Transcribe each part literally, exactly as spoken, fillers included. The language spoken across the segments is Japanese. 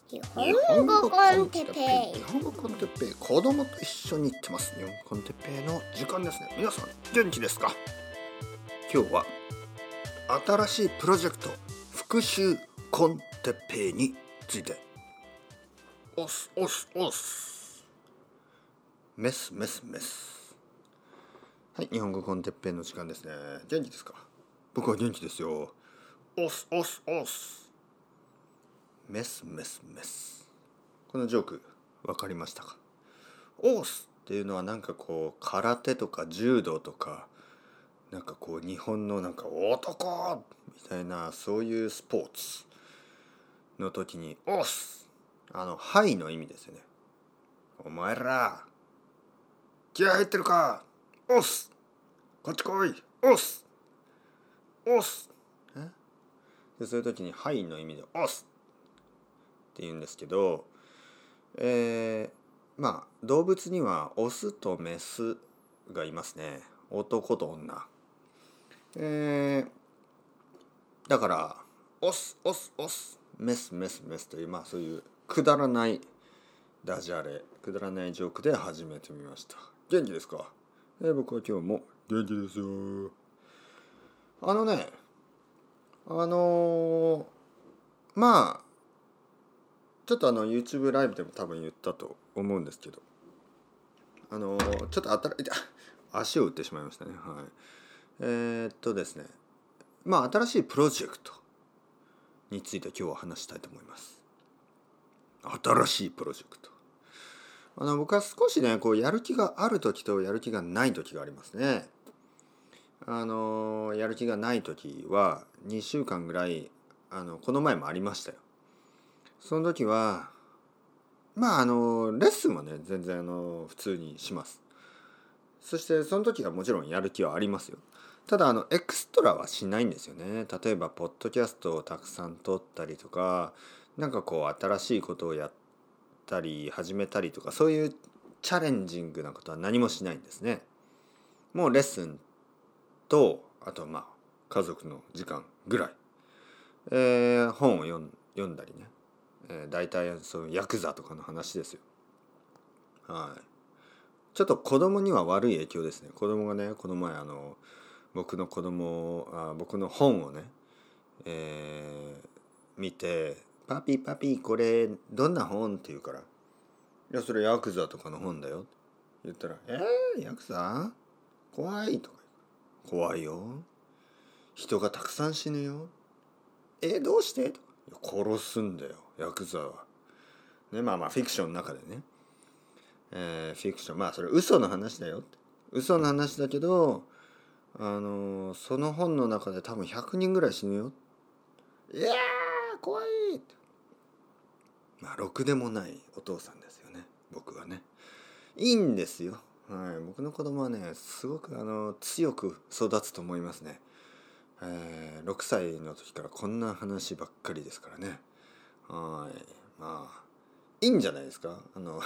日本語コンテッペイ。 日本語コンテッペイ、子供と一緒に行ってます。日本語コンテッペイの時間ですね。皆さん元気ですか？今日は新しいプロジェクト復習コンテッペイについて。おすおすおすメスメスメス。はい、日本語コンテッペイの時間ですね。元気ですか？僕は元気ですよ。おすおすおすメスメスメス。このジョーク分かりましたか？オースっていうのはなんかこう空手とか柔道とかなんかこう日本のなんか男みたいなそういうスポーツの時にオース、あのはいの意味ですよね。お前ら気合入ってるか？オースこっち来い。オースオースえでそういう時にはいの意味でオースって言うんですけど、えー、まあ動物にはオスとメスがいますね。男と女。えー、だからオスオスオスメスメスメスという、まあそういうくだらないダジャレ、くだらないジョークで始めてみました。元気ですか？えー、僕は今日も元気ですよ。あのねあのー、まあちょっとあの YouTube ライブでも多分言ったと思うんですけど、あのー、ちょっとあたら足を打ってしまいましたね。はい。えー、っとですね、まあ新しいプロジェクトについて今日は話したいと思います。新しいプロジェクト。あの僕は少しねこうやる気がある時とやる気がない時がありますね。あのー、やる気がない時はにしゅうかんぐらいあのこの前もありましたよ。その時はまああのレッスンはね全然あの普通にします。そしてその時はもちろんやる気はありますよ。ただあのエクストラはしないんですよね。例えばポッドキャストをたくさん撮ったりとか、なんかこう新しいことをやったり始めたりとか、そういうチャレンジングなことは何もしないんですね。もうレッスンとあとまあ家族の時間ぐらい、えー、本を読ん読んだりね、えー、大体そういうヤクザとかの話ですよ。はい。ちょっと子供には悪い影響ですね。子供がねこの前あの僕の子供あ僕の本をね、えー、見て「パピパピこれどんな本？」って言うから「いやそれヤクザとかの本だよ」って言ったら「えー、ヤクザ怖い」とか言う。怖いよ、人がたくさん死ぬよ。えー、どうして？殺すんだよヤクザはね。まあまあフィクションの中でね、えー、フィクションまあそれ嘘の話だよって、嘘の話だけどあのその本の中で多分ひゃくにんぐらい死ぬよ。いやー怖いって。まあろくでもないお父さんですよね僕はね。いいんですよ。はい、僕の子供はねすごくあの強く育つと思いますね。えー、ろくさいの時からこんな話ばっかりですからね。はい、まあいいんじゃないですか。あの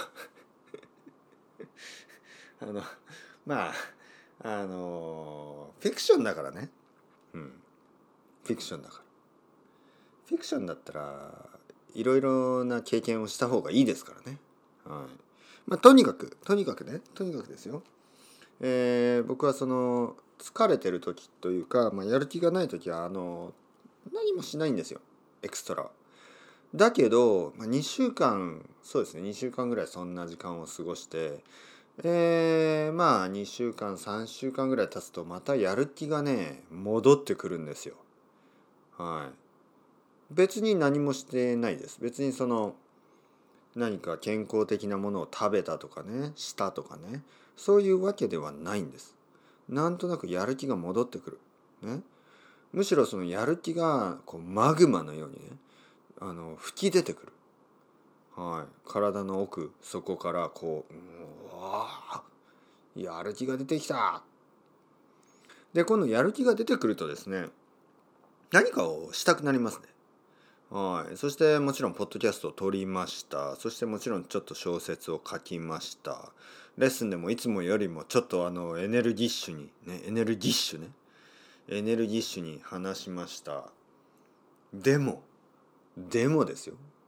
あのまああのフィクションだからね。うん、フィクションだから。フィクションだったらいろいろな経験をした方がいいですからね。はい。まあとにかくとにかくねとにかくですよ。えー、僕はその疲れてる時というか、まあ、やる気がない時はあの何もしないんですよエクストラ。だけど、まあ、にしゅうかんそうですねにしゅうかんぐらいそんな時間を過ごして、えー、まあにしゅうかんさんしゅうかんぐらい経つとまたやる気がね戻ってくるんですよ。はい。別に何もしてないです。別にその何か健康的なものを食べたとかねしたとかねそういうわけではないんです。なんとなくやる気が戻ってくる、ね、むしろそのやる気がこうマグマのようにねあの吹き出てくる、はい、体の奥底からこう、うわやる気が出てきた。で今度やる気が出てくるとですね何かをしたくなりますね。はい、そしてもちろんポッドキャストを撮りました。そしてもちろんちょっと小説を書きました。レッスンでもいつもよりもちょっとあのエネルギッシュにねエネルギッシュねエネルギッシュに話しました。でもでもですよ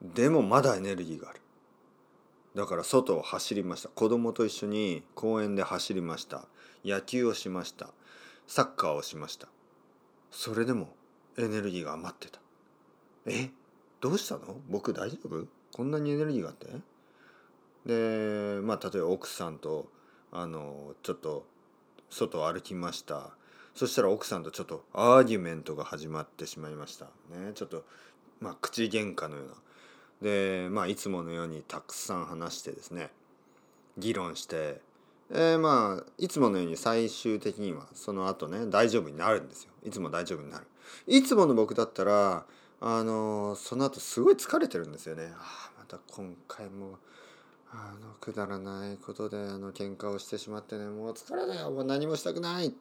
でもまだエネルギーがある。だから外を走りました。子供と一緒に公園で走りました。野球をしました。サッカーをしました。それでもエネルギーが余ってた。え、どうしたの？僕大丈夫？こんなにエネルギーがあって？で、まあ例えば奥さんとあのちょっと外を歩きました。そしたら奥さんとちょっとアーギュメントが始まってしまいましたね。ちょっとまあ口喧嘩のような。で、まあいつものようにたくさん話してですね、議論して、えー、まあいつものように最終的にはその後ね大丈夫になるんですよ。いつも大丈夫になる。いつもの僕だったらあのその後すごい疲れてるんですよね。ああまた今回もあのくだらないことであの喧嘩をしてしまってね、もう疲れだよ、もう何もしたくない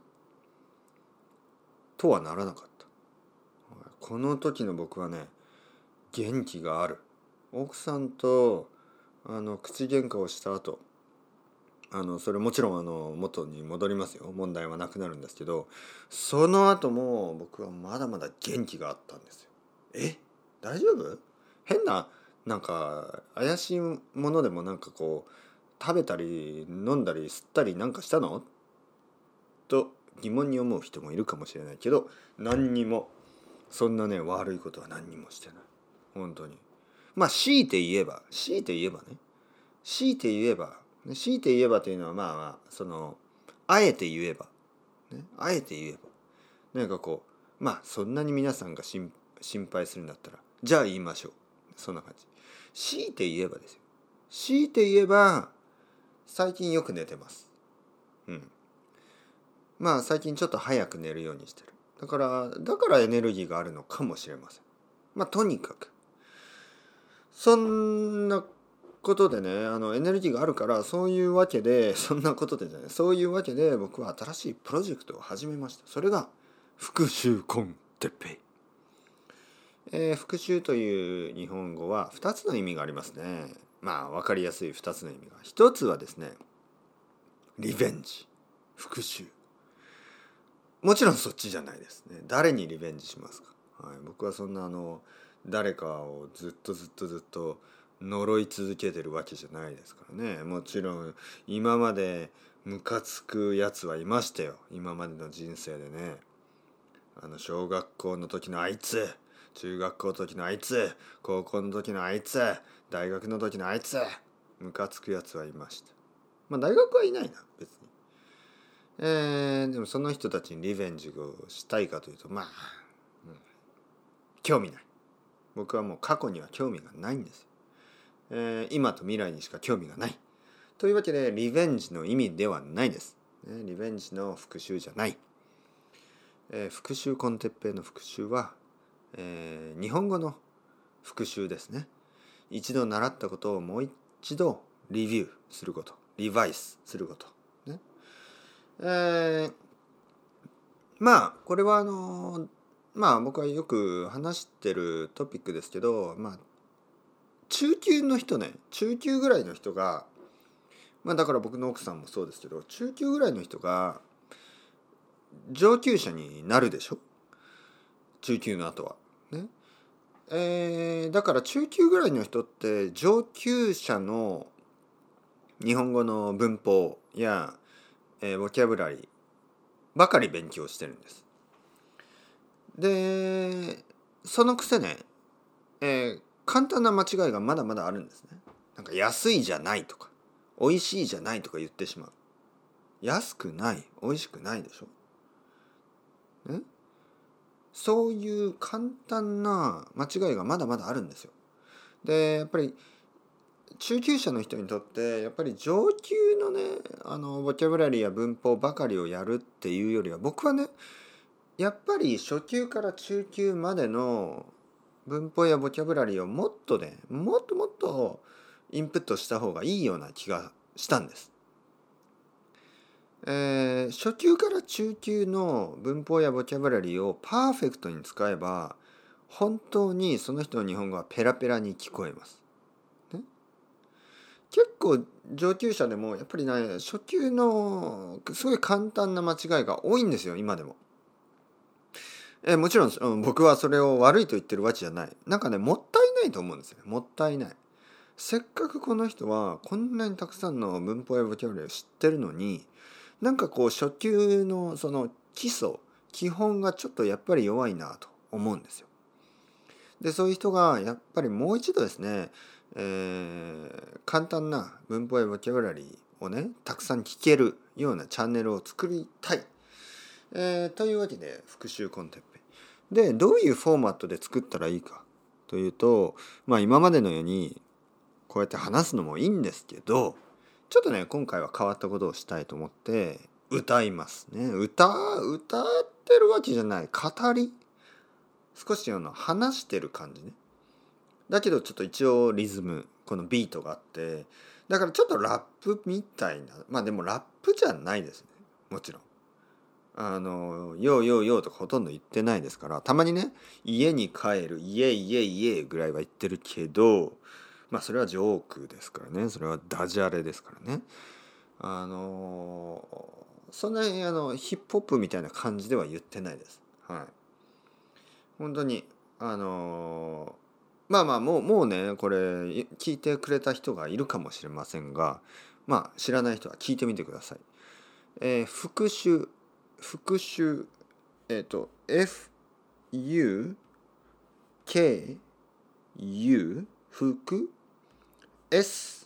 とはならなかった。この時の僕はね、元気がある。奥さんとあの口喧嘩をした後、あのそれもちろんあの元に戻りますよ。問題はなくなるんですけど、その後も僕はまだまだ元気があったんですよ。え、大丈夫？変ななんか怪しいものでもなんかこう食べたり飲んだり吸ったりなんかしたの？と疑問に思う人もいるかもしれないけど、何にもそんなね悪いことは何にもしてない。本当に。まあ強いて言えば強いて言えばね強いて言えば強いて言えばというのはまあまあそのあえて言えばねあえて言えばなんかこうまあそんなに皆さんが心配するんだったらじゃあ言いましょう。そんな感じ。強いて言えばですよ。強いて言えば最近よく寝てます。うん。まあ最近ちょっと早く寝るようにしてる。だからだからエネルギーがあるのかもしれません。まあとにかくそんなことでね、あのエネルギーがあるからそういうわけでそんなことでじゃないそういうわけで僕は新しいプロジェクトを始めました。それが復習コンテッペイ。えー、復習という日本語はふたつの意味がありますね。まあ分かりやすいふたつの意味が。ひとつはですね、リベンジ、復讐。もちろんそっちじゃないですね。誰にリベンジしますか？はい、僕はそんなあの誰かをずっとずっとずっと呪い続けてるわけじゃないですからね。もちろん今までムカつくやつはいましたよ。今までの人生でね。あの小学校の時のあいつ、中学校の時のあいつ、高校の時のあいつ、大学の時のあいつ、ムカつくやつはいました。まあ大学はいないな別に。えー、でもその人たちにリベンジをしたいかというとまあ、うん、興味ない。僕はもう過去には興味がないんです。えー、今と未来にしか興味がない。というわけでリベンジの意味ではないです。ね、リベンジの復讐じゃない。えー、復讐コンテッペイの復讐は、えー、日本語の復習ですね。一度習ったことをもう一度リビューすること、リバイスすること、ね。えー、まあこれはあのまあ僕はよく話してるトピックですけど、まあ中級の人ね、中級ぐらいの人が、まあだから僕の奥さんもそうですけど、中級ぐらいの人が上級者になるでしょ。中級の後はね。えー、だから中級ぐらいの人って上級者の日本語の文法や、えー、ボキャブラリーばかり勉強してるんです。でそのくせね、えー、簡単な間違いがまだまだあるんですね。なんか安いじゃないとか美味しいじゃないとか言ってしまう。安くない美味しくないでしょ、ね、そういう簡単な間違いがまだまだあるんですよ。でやっぱり中級者の人にとってやっぱり上級のねあのボキャブラリーや文法ばかりをやるっていうよりは、僕はねやっぱり初級から中級までの文法やボキャブラリーをもっとねもっともっとインプットした方がいいような気がしたんです。えー、初級から中級の文法やボキャブラリーをパーフェクトに使えば本当にその人の日本語はペラペラに聞こえます。ね、結構上級者でもやっぱりね初級のすごい簡単な間違いが多いんですよ今でも。えー、もちろん、うん、僕はそれを悪いと言ってるわけじゃない。なんかねもったいなないと思うんですよね。もったいない。せっかくこの人はこんなにたくさんの文法やボキャブラリーを知ってるのに、なんかこう初級のその基礎基本がちょっとやっぱり弱いなと思うんですよ。でそういう人がやっぱりもう一度ですね、えー、簡単な文法やボキャブラリーをねたくさん聞けるようなチャンネルを作りたい、えー、というわけで復習コンテッペイでどういうフォーマットで作ったらいいかというと、まあ今までのようにこうやって話すのもいいんですけど、ちょっとね今回は変わったことをしたいと思って歌いますね。歌歌ってるわけじゃない、語り、少しあの話してる感じね。だけどちょっと一応リズム、このビートがあって、だからちょっとラップみたいな、まあでもラップじゃないですね、もちろん。あのヨーヨーヨーとかほとんど言ってないですから、たまにね家に帰るイエイエイイエイぐらいは言ってるけど、まあそれはジョークですからね、それはダジャレですからね。あのそんなにあのヒップホップみたいな感じでは言ってないです。はい。本当にあのまあまあもうもうねこれ聞いてくれた人がいるかもしれませんが、まあ知らない人は聞いてみてください。えー、復習復習えっ、ー、と F U K U 復 S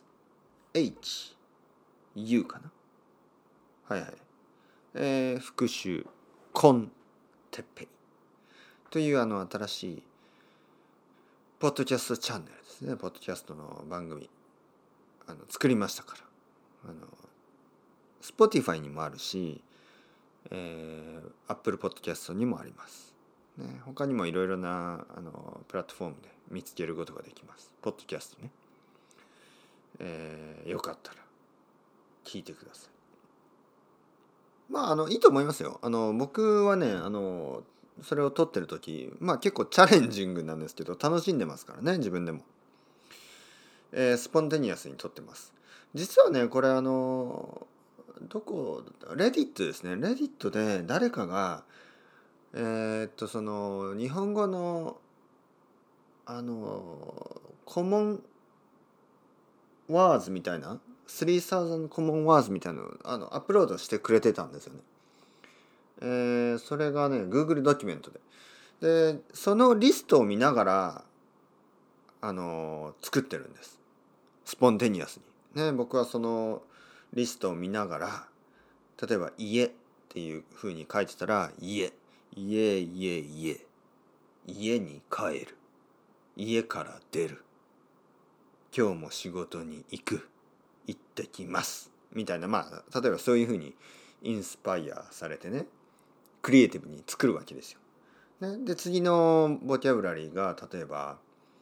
H U かな。はいはい。えー、復習コンテッペイというあの新しいポッドキャストチャンネルですね。ポッドキャストの番組あの作りましたから。あの Spotify にもあるし、えー、Apple Podcast にもあります。ね、他にもいろいろなあのプラットフォームで見つけることができます。ポッドキャストね。えー、よかったら聞いてください。まあ、あの、いいと思いますよ。あの、僕はね、あの、それを撮ってる時、まあ結構チャレンジングなんですけど、楽しんでますからね、自分でも。えー、スポンテニアスに撮ってます。実はね、これあの、どこ、レディットですね。レディットで誰かが、えー、っと、その、日本語の、あの、コモンワーズみたいな、スリーサウザンドコモンワーズみたいなのをあのアップロードしてくれてたんですよね。えー、それがね Google ドキュメントででそのリストを見ながらあのー、作ってるんです。スポンテニアスにね。僕はそのリストを見ながら、例えば家っていう風に書いてたら家家家家家に帰る、家から出る、今日も仕事に行く、行ってきますみたいな、まあ例えばそういう風にインスパイアされてね、クリエイティブに作るわけですよ。ね、で次のボキャブラリーが例えば、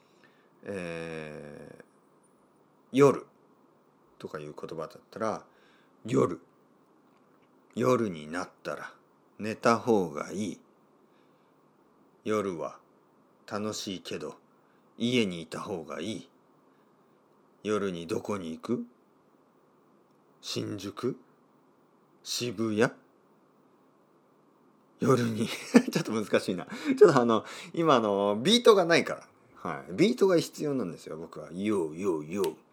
えー、夜とかいう言葉だったら夜夜になったら寝た方がいい、夜は楽しいけど家にいた方がいい、夜にどこに行く、新宿、渋谷、夜にちょっと難しいな。ちょっとあの今のビートがないから、はい、ビートが必要なんですよ。僕はヨーヨーヨー、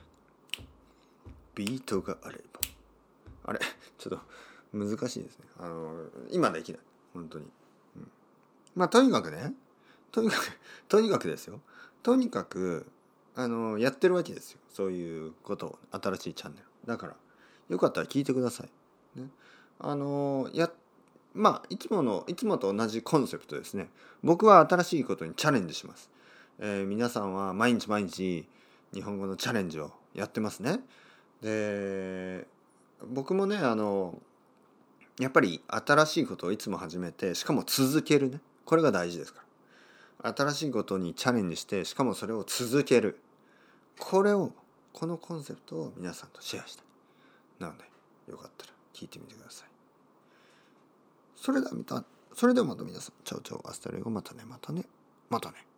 ビートがあれば、あれちょっと難しいですね。あの今できない本当に、うん、まあとにかくね、とにかくとにかくですよ。とにかくあのやってるわけですよ。そういうことを新しいチャンネルだからよかったら聞いてください。ね、あのやまあいつものいつもと同じコンセプトですね。僕は新しいことにチャレンジします。えー、皆さんは毎日毎日日本語のチャレンジをやってますね。で僕もねあのやっぱり新しいことをいつも始めて、しかも続けるね、これが大事ですから。新しいことにチャレンジして、しかもそれを続ける、これをこのコンセプトを皆さんとシェアしたい。なのでよかったら聞いてみてください。それではまたそれではまた皆さん、チャオチャオ、アスタレゴ、またねまたねまたね。